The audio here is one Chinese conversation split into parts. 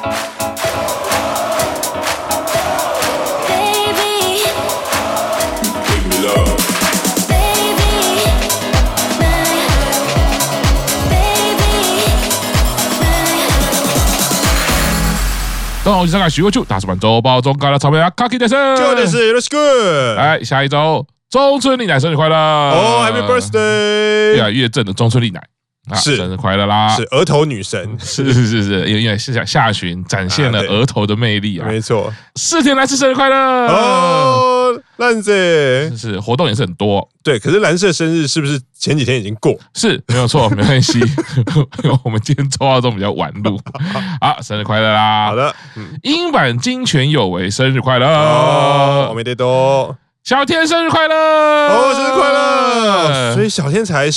大家好，我是三个徐慧柱，大师版周报中高的钞票Kaki 先生， 就的是 Let's go。 来，下一周中村丽乃生日快乐哦 ，Happy Birthday！ 越来越正的中村丽乃是生日快乐啦！ 是额头女神， 是，因为是下旬展现了额头的魅力啊， 没错。 4天来次生日快乐哦，烂子是活动也是很多， 对。可是蓝色生日是不是前几天已经过？ 是没有错，没关系。我们今天抽到中比较晚录，好，生日快乐啦！ 好的， 英版金泉有为生日快乐哦，我没得多。 小天生日快乐！ 哦，生日快乐！所以小天才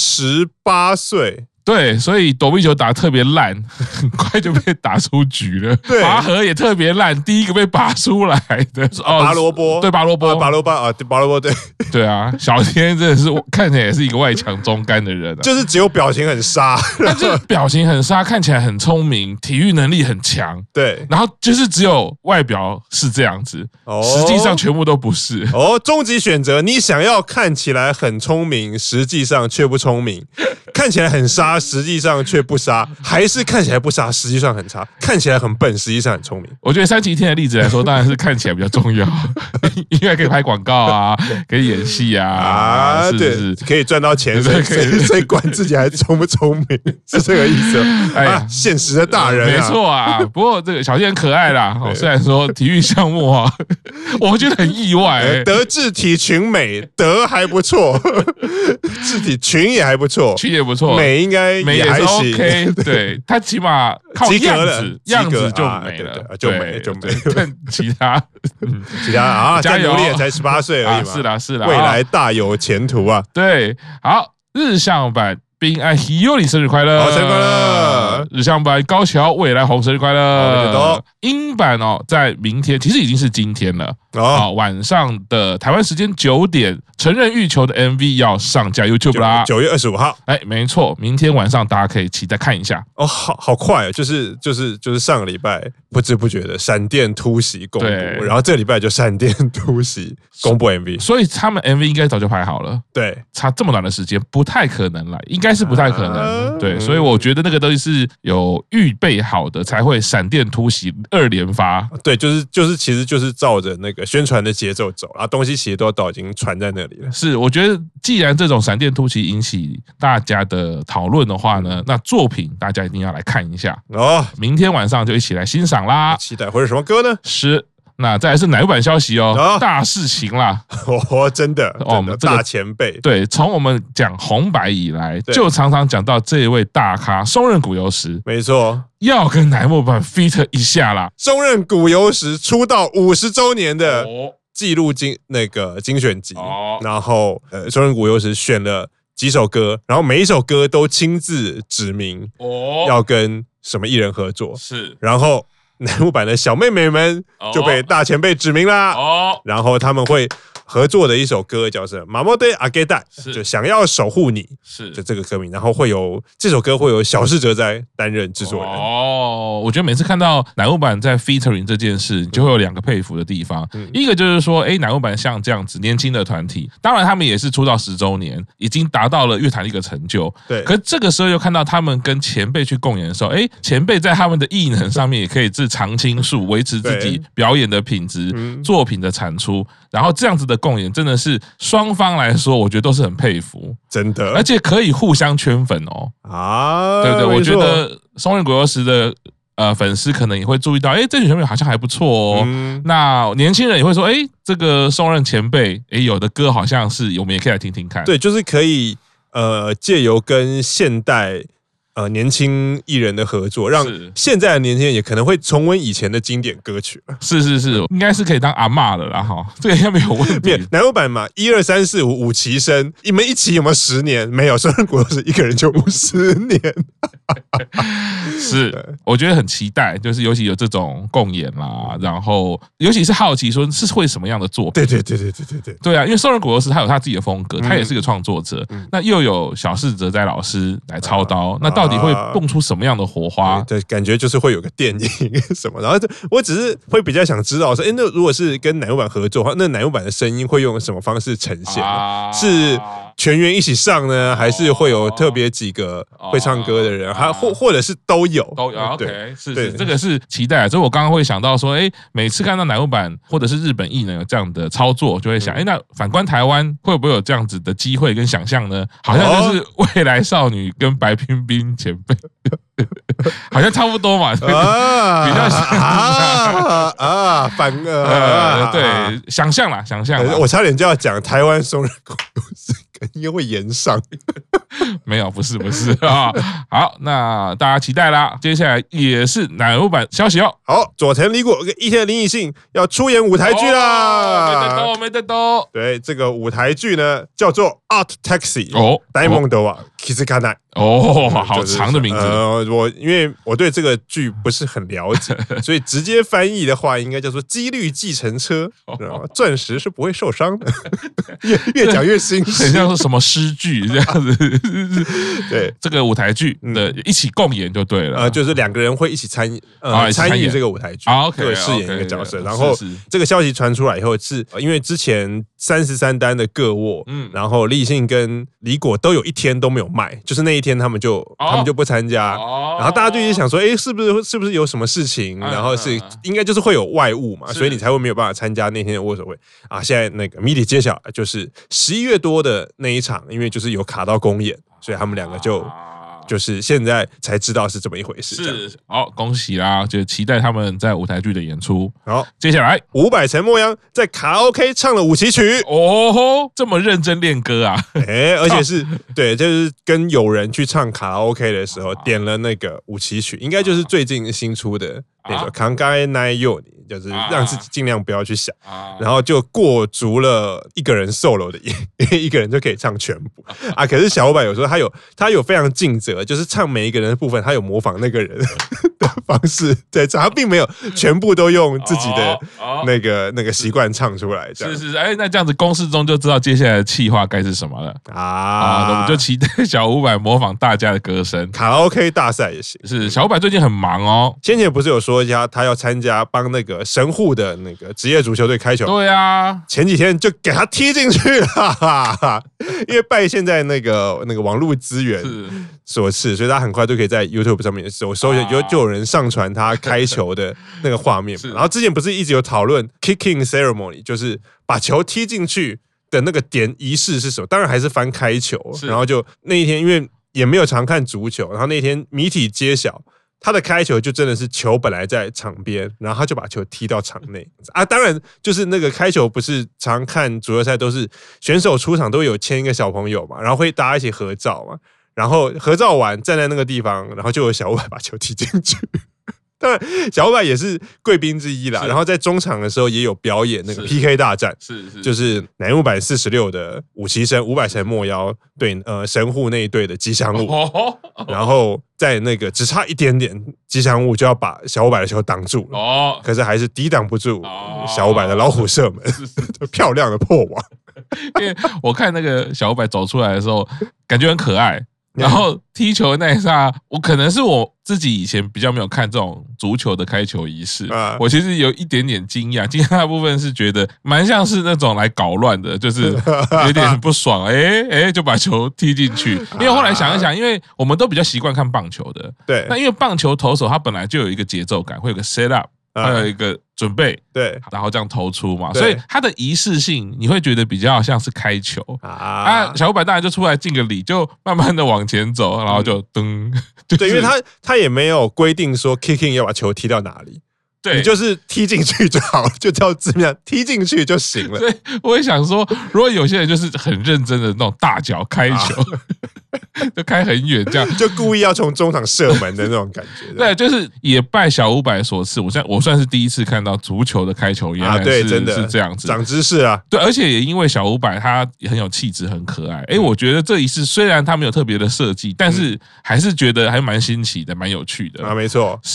18岁。 对，所以躲避球打特别烂，很快就被打出局了。 对， 拔河也特别烂，第一个被拔出来的拔萝卜， 对，拔萝卜， 拔萝卜啊，拔萝卜，对， 对啊，小天真的是看起来也是一个外强中干的人啊， 就是只有表情很杀， 但是表情很杀，看起来很聪明，体育能力很强， 对， 然后就是只有外表是这样子，实际上全部都不是。 哦，终极选择，你想要看起来很聪明，实际上却不聪明。看起来很杀，实际上却不杀，还是看起来不杀，实际上很杀；看起来很笨，实际上很聪明。 我觉得三级天的例子来说，当然是看起来比较重要，因为可以拍广告啊，可以演戏啊， 对，可以赚到钱，所以管自己还聪不聪明，是这个意思。哎呀，现实的大人， 没错啊。不过这个小天很可爱啦，虽然说体育项目啊，我觉得很意外， 德智体群美，德还不错，智体群也还不错， 群也不错， 美应该美也是 OK， 对他起码靠样子就美了， 就美。 但其他啊，加油，也才18岁而已嘛， 是啦， 未来大有前途啊！ 对，好，日向版冰爱 Hiyori 生日快乐， 生日快乐！ 日向版高桥未来红生日快乐！英版哦，在明天，其实已经是今天了。晚上的台湾时间9点，成人欲求的 MV 要上架 YouTube 啦 ，9月25号。 哎，没错，明天晚上大家可以期待看一下。 哦，好快啊！就是上个礼拜不知不觉的闪电突袭公布，然后这礼拜就闪电突袭公布 MV， 所以他们 MV 应该早就拍好了。对，差这么短的时间，不太可能啦，应该是不太可能。对，所以我觉得那个东西是有预备好的，才会闪电突袭2连发。对， 其实就是照着那个宣传的节奏走，然后东西其实都已经传在那里了。 是，我觉得既然这种闪电突袭引起大家的讨论的话呢，那作品大家一定要来看一下哦。明天晚上就一起来欣赏啦。 期待会是什么歌呢？ 是。那再来是乃木坂消息哦，大事情啦！ 真的，我们大前辈。 对，从我们讲红白以来，就常常讲到这一位大咖松任谷由实， 没错， 要跟乃木坂 feat 一下啦。 松任谷由实出道50周年的记录精选集，然后松任谷由实选了几首歌，然后每一首歌都亲自指明要跟什么艺人合作，是，然后。乃木坂的小妹妹们就被大前辈指名啦，然后他们会合作的一首歌叫做《Mamode Ageda》，就想要守护你，是就这个歌名，然后这首歌会有小室哲哉担任制作人。 我觉得每次看到乃木坂在 featuring 这件事，就会有2个佩服的地方。一个就是说，乃木坂像这样子年轻的团体，当然他们也是出道10周年，已经达到了乐坛的一个成就。对，可是这个时候又看到他们跟前辈去共演的时候，前辈在他们的艺能上面也可以自常青树，维持自己表演的品质、作品的产出，然后这样子的共演真的是双方来说，我觉得都是很佩服，真的，而且可以互相圈粉哦。对，我觉得松任谷由实的粉丝可能也会注意到，这群小妹好像还不错哦。那年轻人也会说，这个松任前辈，有的歌好像是我们也可以来听听看。 对，就是可以借由跟现代。年轻艺人的合作，让现在的年轻人也可能会重温以前的经典歌曲。 是，应该是可以当阿嬷的啦哈，这个应该没有问题。 乃木坂嘛，1、2、3、4、5期生，你们一起有没有10年？没有，松任谷由实一个人就50年。 是，我觉得很期待，就是尤其有这种共演啦，然后尤其是好奇说是会什么样的作品。对啊，因为松任谷由实他有他自己的风格，他也是个创作者，那又有小室哲哉老师来操刀，那到底会蹦出什么样的火花？ 对，感觉就是会有个电影什么。然后我只是会比较想知道说，那如果是跟乃木坂合作的话，那乃木坂的声音会用什么方式呈现？是全员一起上呢，还是会有特别几个会唱歌的人，或者是都有 ？OK， 是这个是期待。所以我刚刚会想到说，每次看到乃木坂或者是日本艺人有这样的操作，就会想，那反观台湾会不会有这样子的机会跟想象呢？好像就是未来少女跟白冰冰前辈。好像差不多嘛，比较对，想象啦。 我差点就要讲台湾松仁公司应该会延上， 没有，不是啊。好，那大家期待啦。接下来也是乃木坂消息哦。 好，佐藤梨果跟一天的林以信要出演舞台剧啦， 没得多。 对，这个舞台剧呢叫做《Art Taxi》呆梦的瓦Kizukana。 好长的名字。 因为我对这个剧不是很了解，所以直接翻译的话，应该叫做“几率计程车”。钻石是不会受伤的，越讲越心虚， 很像是什么诗句这样子。 对， 这个舞台剧的一起共演就对了。 就是两个人会一起参与这个舞台剧，对，饰演一个角色。然后这个消息传出来以后，是因为之前33单的个握，然后立信跟梨果都有一天都没有卖，就是那一天他们就不参加，然后大家就一直想说，是不是有什么事情，然后是应该就是会有外务嘛，所以你才会没有办法参加那天的握手会啊。现在那个谜底揭晓，就是11月多的那一场，因为就是有卡到公演，所以他们两个就是现在才知道是这么一回事。 是，好，恭喜啦！就期待他们在舞台剧的演出。好，接下来伍佰陈默央在卡拉 OK 唱了舞旗曲。 这么认真练歌啊！ 而且是对，就是跟友人去唱卡拉 OK 的时候，点了那个舞旗曲，应该就是最近新出的那个《考えないように》。就是让自己尽量不要去想，然后就过足了一个人 solo 的瘾，因为一个人就可以唱全部啊。可是小伍佰有时候他有非常尽责，就是唱每一个人的部分，他有模仿那个人的方式在唱，他并没有全部都用自己的那个习惯唱出来。 是，那这样子公式中就知道接下来的企划该是什么了那我们就期待小伍佰模仿大家的歌声， 卡拉 OK 大赛也行。 是，小伍佰最近很忙哦， 先前不是有说他要参加帮那个神户的那个职业足球队开球？ 对啊， 前几天就给他踢进去了，因为拜现在那个网络资源所赐，所以他很快就可以在 YouTube 上面搜就有人上传他开球的那个画面。然后之前不是一直有讨论 kicking ceremony， 就是把球踢进去的那个点仪式是什么？当然还是翻开球。然后就那一天，因为也没有常看足球，然后那天谜题揭晓。他的开球就真的是球本来在场边，然后他就把球踢到场内啊！当然，就是那个开球不是常看足球赛都是选手出场都有牵一个小朋友嘛，然后会大家一起合照嘛，然后合照完站在那个地方，然后就有小伍佰把球踢进去。当然，小伍佰也是贵宾之一啦。然后在中场的时候也有表演那个 PK 大战，就是乃木坂46的武崎生伍佰陈默央对神户那一队的吉祥物，然后在那个只差一点点，吉祥物就要把小伍佰的球挡住了，可是还是抵挡不住小伍佰的老虎射门，漂亮的破网。 因为我看那个小伍佰走出来的时候，感觉很可爱。然后踢球的那一刹，可能是我自己以前比较没有看这种足球的开球仪式，我其实有一点点惊讶。惊讶的部分是觉得蛮像是那种来搞乱的，就是有点不爽，就把球踢进去。因为后来想一想，因为我们都比较习惯看棒球的， 对， 那因为棒球投手他本来就有一个节奏感，会有个 set up。还有一个准备， 对， 然后这样投出嘛，所以它的仪式性你会觉得比较像是开球小伍佰当然就出来敬个礼，就慢慢的往前走，然后就噔， 对，因为他也没有规定说 kicking 要把球踢到哪里。对，你就是踢进去就好，就叫字面踢进去就行了。 对，我也想说，如果有些人就是很认真的那种大脚开球，就开很远，这样就故意要从中场射门的那种感觉。 对，就是也拜小伍佰所赐，我算是第一次看到足球的开球，原来对，真的是这样子， 长知识啊。 对，而且也因为小伍佰他很有气质，很可爱。我觉得这一次虽然他没有特别的设计，但是还是觉得还蛮新奇的，蛮有趣的啊。没错， 是。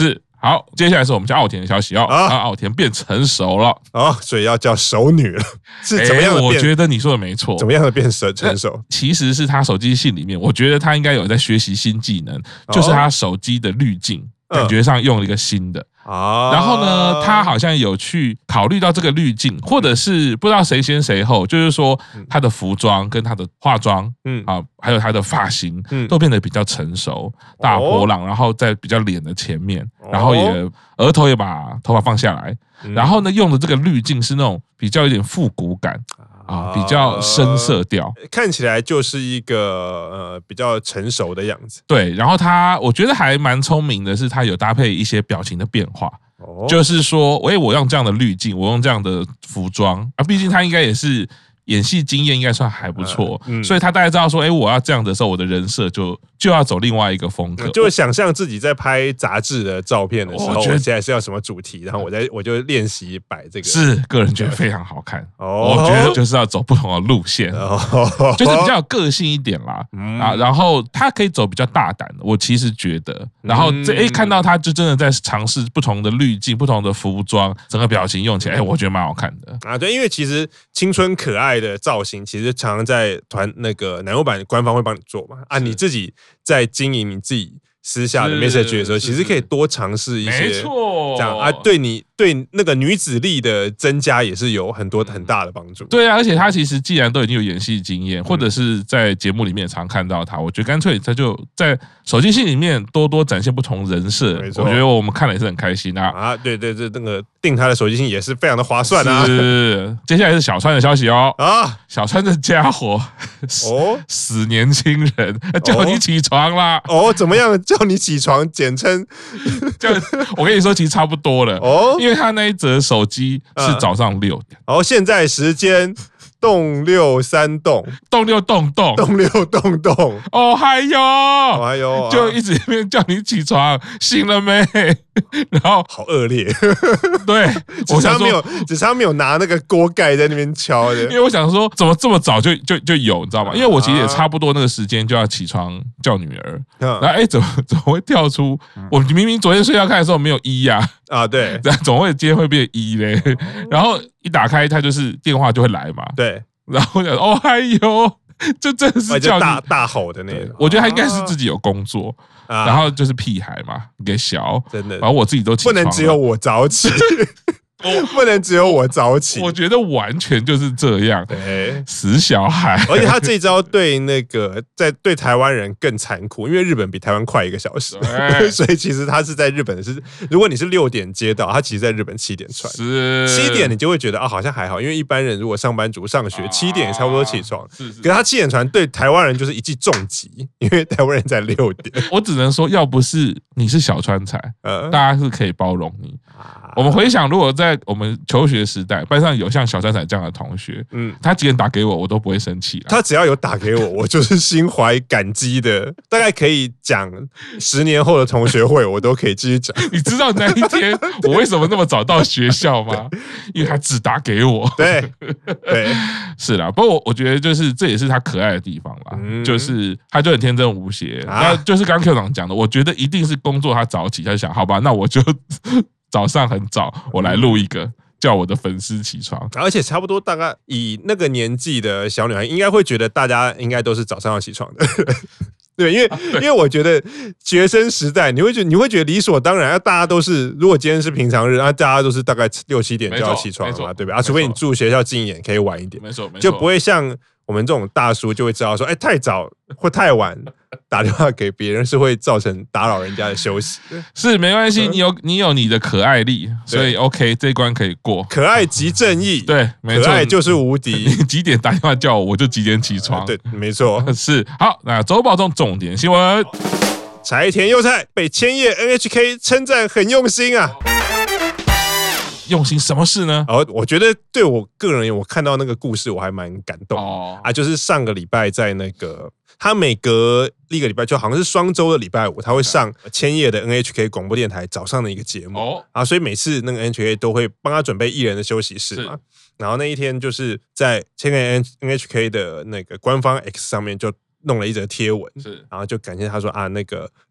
好，接下来是我们家奥田的消息哦。奥田变成熟了所以要叫熟女了，是怎么样的变？ 我觉得你说的没错。 怎么样的变成熟？ 其实是他手机信里面，我觉得他应该有在学习新技能，就是他手机的滤镜，感觉上用了一个新的。然后呢，他好像有去考虑到这个滤镜，或者是不知道谁先谁后，就是说他的服装跟他的化妆，还有他的发型，都变得比较成熟、大波浪，然后在比较脸的前面，然后也额头也把头发放下来，然后呢，用的这个滤镜是那种比较有点复古感。比较深色调， 看起来就是一个比较成熟的样子。 对，然后我觉得还蛮聪明的，是他有搭配一些表情的变化，就是说，我用这样的滤镜，我用这样的服装毕竟他应该也是演戏经验应该算还不错，所以他大概知道说，我要这样的时候，我的人设就要走另外一个风格， 就想象自己在拍杂志的照片的时候，我现在是要什么主题，然后我就练习摆这个， 是个人觉得非常好看。我觉得就是要走不同的路线，就是比较有个性一点啦。然后他可以走比较大胆，我其实觉得，然后看到他就真的在尝试不同的滤镜、不同的服装，整个表情用起来，我觉得蛮好看的对，因为其实青春可爱的造型，其实常常在那个乃木坂官方会帮你做嘛，你自己在经营你自己私下的 message 的时候，其实可以多尝试一些， 没错， 这样对那个女子力的增加也是有很大的帮助。 对啊，而且他其实既然都已经有演戏经验，或者是在节目里面常看到他，我觉得干脆他就在手机戏里面多展现不同人设，我觉得我们看了也是很开心对，那个订他的手机信也是非常的划算是，接下来是小川的消息小川这家伙死年轻人，叫你起床啦怎么样叫你起床？简称我跟你说，其实差不多了因为他那一则手机是早上6点。 现在时间动6三动 6动 6动动嗨哟就一直叫你起床，醒了没？然后好恶劣， 对， 只差没有拿那个锅盖在那边敲的， 因为我想说怎么这么早就有，你知道吗？因为我其实也差不多那个时间就要起床叫女儿，然后怎么会跳出？我明明昨天睡觉看的时候没有1 对， 怎么会今天会变1嘞？然后一打开它就是电话就会来嘛， 对， 然后我想嗨哟，就真的是叫你大吼的那种。 我觉得他应该是自己有工作，然后就是屁孩嘛，给小， 真的， 然后我自己都起床了， 不能只有我早起。不能只有我早起， 我觉得完全就是这样，死小孩。 而且他这一招对对台湾人更残酷，因为日本比台湾快1个小时，所以其实他是在日本如果你是6点接到，他其实在日本7点传，7点你就会觉得好像还好，因为一般人如果上班族上学7点也差不多起床，可是他7点传对台湾人就是一记重击，因为台湾人在6点。 我只能说，要不是你是小川才，大家是可以包容你。我们回想，如果在我们求学时代，班上有像小川彩这样的同学，他几点打给我，我都不会生气。 他只要有打给我，我就是心怀感激的。大概可以讲10年后的同学会，我都可以继续讲。 你知道那一天我为什么那么早到学校吗？因为他只打给我。 对， 是啦。不过我觉得就是这也是他可爱的地方啦，就是他就很天真无邪。那就是刚刚 Q 长讲的，我觉得一定是工作他早起，他就想好吧，那我就早上很早，我来录一个，叫我的粉丝起床。 而且差不多大概以那个年纪的小女孩，应该会觉得大家应该都是早上要起床的。对，因为我觉得学生时代，你会觉得理所当然，大家都是，如果今天是平常日，大家都是大概6、7点就要起床了嘛，对吧？除非你住学校近一点，可以晚一点， 没错， 就不会像我们这种大叔就会知道说，太早或太晚打电话给别人是会造成打扰人家的休息。 是没关系，你有你的可爱力，所以 OK 这一关可以过。 可爱即正义， 对，没错， 可爱就是无敌。 你几点打电话叫我，我就几点起床。 对，没错。 是好，那周报中重点新闻： 柴田佑菜被千叶 NHK 称赞很用心啊。 用心什么事呢？ 我觉得对我个人而言，我看到那个故事我还蛮感动就是上个礼拜在那个他每隔1个礼拜就好像是双周的礼拜5，他会上千叶的 NHK 广播电台早上的一个节目所以每次那个 NHK 都会帮他准备艺人的休息室嘛。然后那一天就是在千叶 NHK 的那个官方 X 上面就弄了一则贴文，然后就感谢他说那个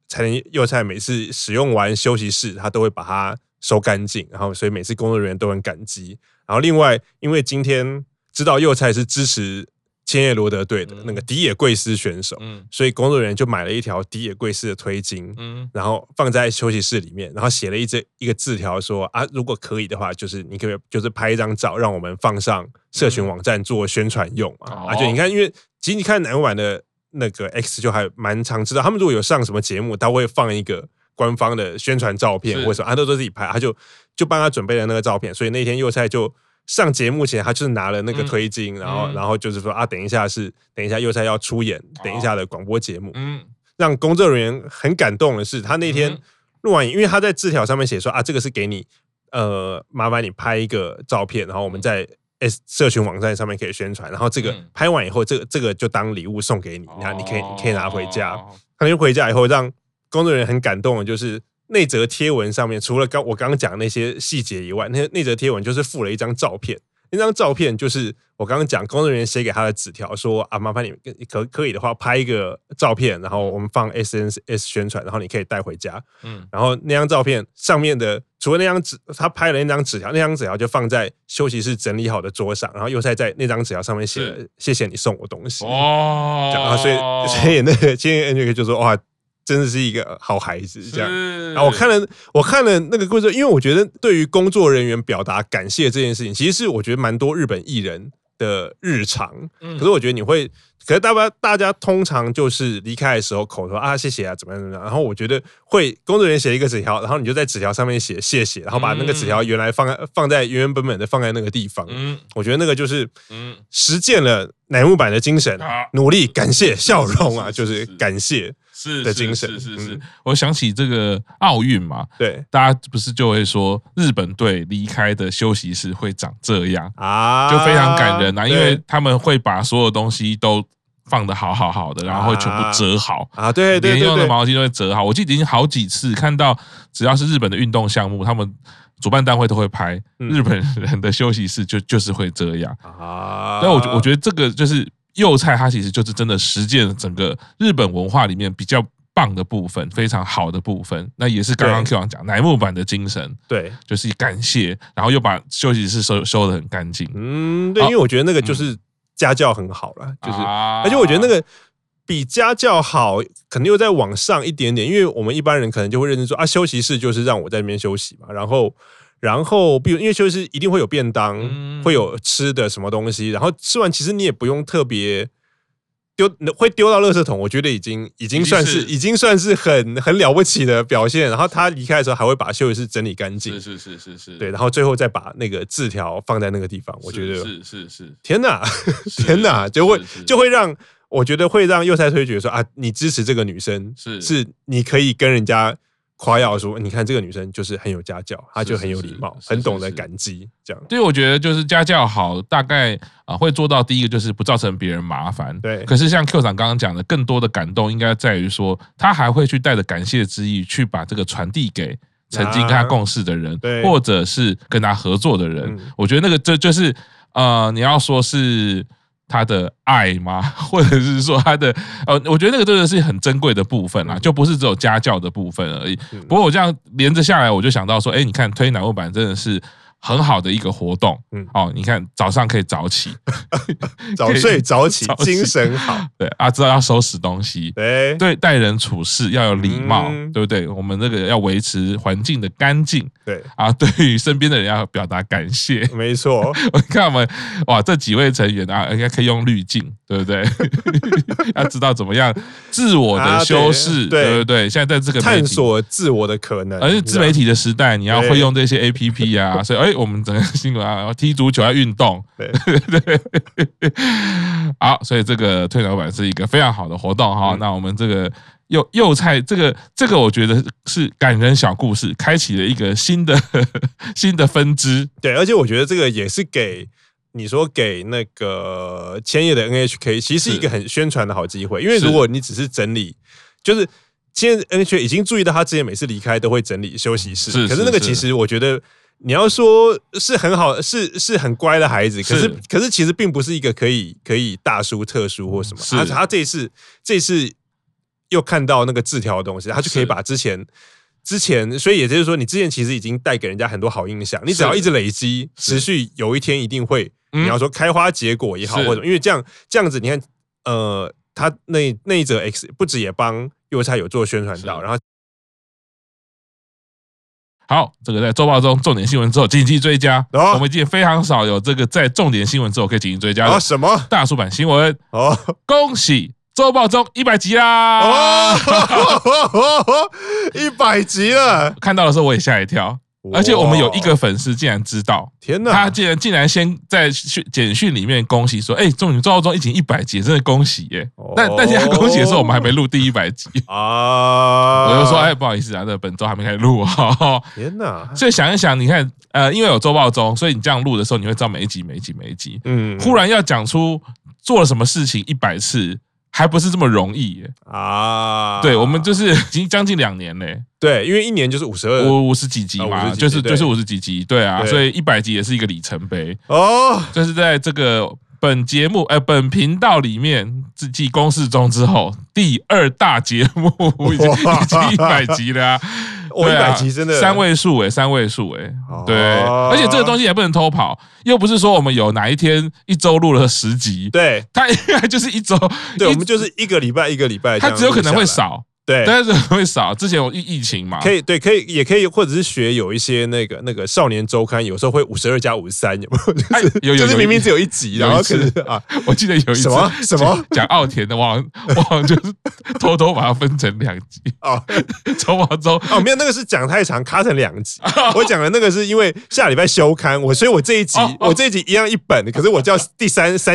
柴田佑菜每次使用完休息室，他都会把它收干净，然后所以每次工作人员都很感激。然后另外，因为今天知道佑菜是支持千叶罗德队的那个迪野贵司选手，所以工作人员就买了一条迪野贵司的推巾，然后放在休息室里面，然后写了一个字条说啊，如果可以的话，就是你可以就是拍一张照，让我们放上社群网站做宣传用嘛。就你看，因为其实你看南版的那个 X 就还蛮常知道，他们如果有上什么节目，他会放一个官方的宣传照片，或者什么，他都自己拍，他就帮他准备了那个照片，所以那天佑菜就上节目前，他就是拿了那个推巾，然后就是说啊，等一下佑菜要出演，等一下的广播节目，让工作人员很感动的是，他那天录完影，因为他在字条上面写说啊，这个是给你麻烦你拍一个照片，然后我们在社群网站上面可以宣传，然后这个拍完以后，这个就当礼物送给你，然后你可以拿回家。他就回家以后，让工作人员很感动的就是。那则贴文上面，除了我刚刚讲那些细节以外，那则贴文就是附了一张照片。那张照片就是我刚刚讲工作人员写给他的纸条，说啊，麻烦你可以的话拍一个照片，然后我们放 SNS 宣传，然后你可以带回家。然后那张照片上面的，除了那张纸，他拍了那张纸条，那张纸条就放在休息室整理好的桌上，然后又在那张纸条上面写了谢谢你送我东西。所以那个今天 NGK 就说哇。真的是一个好孩子，这样。然后我看了那个故事，因为我觉得对于工作人员表达感谢这件事情，其实是我觉得蛮多日本艺人的日常。可是我觉得可是大家通常就是离开的时候口头啊谢谢啊怎么样。然后我觉得工作人员写一个纸条，然后你就在纸条上面写谢谢，然后把那个纸条原来放在原本的放在那个地方。我觉得那个就是实践了乃木坂的精神，努力、感谢、笑容啊，就是感谢。的精神是，我想起这个奥运嘛， 对， 大家不是就会说日本队离开的休息室会长这样啊，就非常感人啊，因为他们会把所有东西都放得好的，然后会全部折好啊，对， 连用的毛巾都会折好。我记得已经好几次看到，只要是日本的运动项目，他们主办单位都会拍日本人的休息室就是会这样啊。但我觉得这个就是。佑菜它其实就是真的实践整个日本文化里面比较棒的部分，非常好的部分。那也是刚刚 Q 王讲乃木坂的精神， 对， 就是感谢，然后又把休息室收得很干净。 对，因为我觉得那个就是家教很好了，就是，而且我觉得那个比家教好，可能又再往上一点点，因为我们一般人可能就会认知说啊，休息室就是让我在那边休息嘛，然后，比如因为休息室一定会有便当，会有吃的什么东西，然后吃完其实你也不用特别会丢到垃圾桶，我觉得已经算是很了不起的表现。然后他离开的时候还会把休息室整理干净， 是， 对，然后最后再把那个字条放在那个地方，我觉得是， 天哪，天哪，就会让我觉得会让佑菜推觉得说啊，你支持这个女生是你可以跟人家。夸耀说：“你看这个女生就是很有家教，她就很有礼貌，很懂得感激。这样， 对，我觉得就是家教好，大概会做到第一个就是不造成别人麻烦。 对， 可是像 Q 长刚刚讲的，更多的感动应该在于说，他还会去带着感谢之意去把这个传递给曾经跟他共事的人，或者是跟他合作的人。我觉得那个这就是你要说是。”他的爱吗？或者是说他的我觉得那个真的是很珍贵的部分啦，就不是只有家教的部分而已。不过我这样连着下来，我就想到说，你看推乃木坂真的是很好的一个活动。你看早上可以早起， 早睡早起，精神好。 对啊，知道要收拾东西，对，待人处事要有礼貌，对不对？我们这个要维持环境的干净。对啊，对于身边的人要表达感谢。 没错， 我看我们哇，这几位成员啊，应该可以用滤镜，对不对？要知道怎么样自我的修饰，对不对？现在在这个探索自我的可能， 而且自媒体的时代，你要会用这些 APP 啊，所以我们整个新闻啊，踢足球要运动，对。好，所以这个推乃木坂是一个非常好的活动哈。那我们这个。幼菜这个我觉得是感人小故事，开启了一个新的分支。 对，而且我觉得这个也是给那个千叶的 NHK， 其实是一个很宣传的好机会。因为如果你只是整理，就是千叶 NHK 已经注意到他之前每次离开都会整理休息室，可是那个其实我觉得你要说是很好，是很乖的孩子，可是其实并不是一个可以大书特书或什么。他这次又看到那个字条的东西，他就可以把之前，所以也就是说，你之前其实已经带给人家很多好印象，你只要一直累积，持续有一天一定会，你要说开花结果也好，或者因为这样子，你看，他那一则 X 不止也帮邮差有做宣传到，然后。 好，这个在周报中重点新闻之后紧急追加，我们已经非常少有这个在重点新闻之后可以紧急追加的。 什么大出版新闻？恭喜周报中100集啦 ！100集了， 看到的时候我也吓一跳。而且我们有一个粉丝竟然知道， 天哪！ 他竟然先在简讯里面恭喜说：“终于周报中已经100集，真的恭喜耶！”但是他恭喜的时候，我们还没录第100集啊。我就说：“不好意思啊，本周还没开始录啊。” 天哪！ 所以想一想，你看，因为有周报中，所以你这样录的时候，你会知道每一集。忽然要讲出做了什么事情100次。还不是这么容易耶啊！对，我们就是已经将近2年嘞。 对，因为一年就是 50几集嘛，就是50几集，对啊，所以100集也是一个里程碑哦。就是在这个本节目本频道里面继公示中之后，第2大节目已经100集了啊。 100集真的 3位数对，而且这个东西也不能偷跑，又不是说我们有哪一天1周录了10集， 对， 它应该就是1周， 对，我们就是一个礼拜， 它只有可能会少。 对， 但是会少。之前有疫情嘛， 也可以，或者是学有一些那个少年周刊，有时候会52+53，有没有？就是明明只有1集，然后可是啊， 我记得有一次什么讲奥田的，我就是偷偷把它分成2集哦，周报中没有，那个是讲太长，卡成2集。我讲的那个是因为下礼拜休刊，所以我这一集一样1本，可是我叫第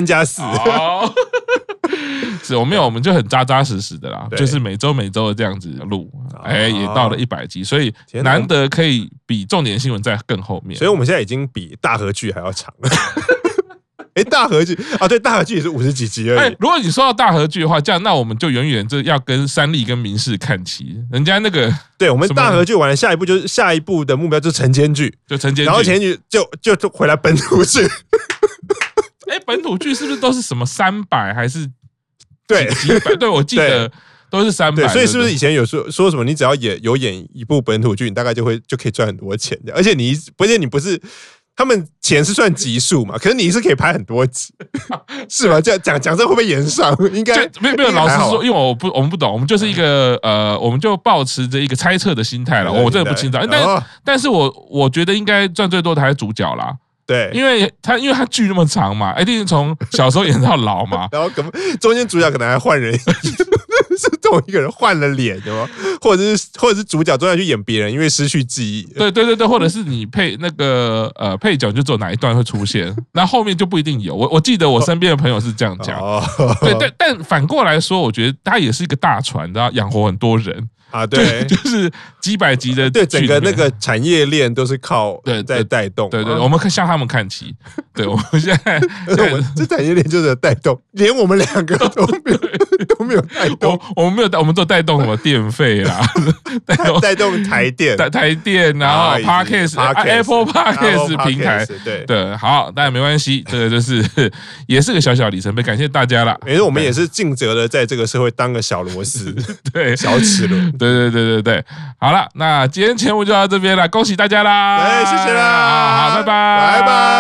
3+4。 是我没有，我们就很扎扎实实的啦，就是每周的这样子录，也到了100集，所以难得可以比重点新闻在更后面， 所以我们现在已经比大河剧还要长了。大河剧啊，对，大河剧也是50几集而已。 如果你说到大河剧的话，这样那我们就远远这要跟三立跟民视看齐，人家那个对我们大河剧完了，下一步的目标就是晨间剧，然后晨间剧就回来本土剧。 本土剧是不是都是什么300还是？ 对， 几百，对我记得都是300。 对，所以是不是以前有说什么？你只要演一部本土剧，你大概就可以赚很多钱的。而且你不是他们钱是算集数嘛？可是你是可以拍很多集，是吗？这样讲这会不会延上？应该没有。老实说，因为我们不懂，我们就是一个我们就抱持着一个猜测的心态了。我真的不清楚，但是我觉得应该赚最多的还是主角啦。 对， 因为他剧那么长嘛，一定是从小时候演到老嘛， 然后中间主角可能还换人，是同一个人换了脸，对吗？或者是主角中间去演别人，因为失去记忆。 对，或者是你配配角就只有哪一段会出现，那后面就不一定有。我记得我身边的朋友是这样讲，对，但反过来说，我觉得他也是一个大船，然后养活很多人。啊，对，就是几百集的， 对，整个那个产业链都是靠在带动， 对，我们向他们看齐。对，我们现在我们这产业链就是带动，连我们2个都没有带动， 我们没有，我们都带动什么电费啦， 带动台电， 然后 Apple Podcast 平台，对，好，但没关系，这个就是也是个小小里程碑，感谢大家啦。 没错，我们也是尽责的在这个社会当个小螺丝，对，小齿轮。 对，好了，那今天节目就到这边了，恭喜大家啦！ 谢谢啦， 好，拜拜。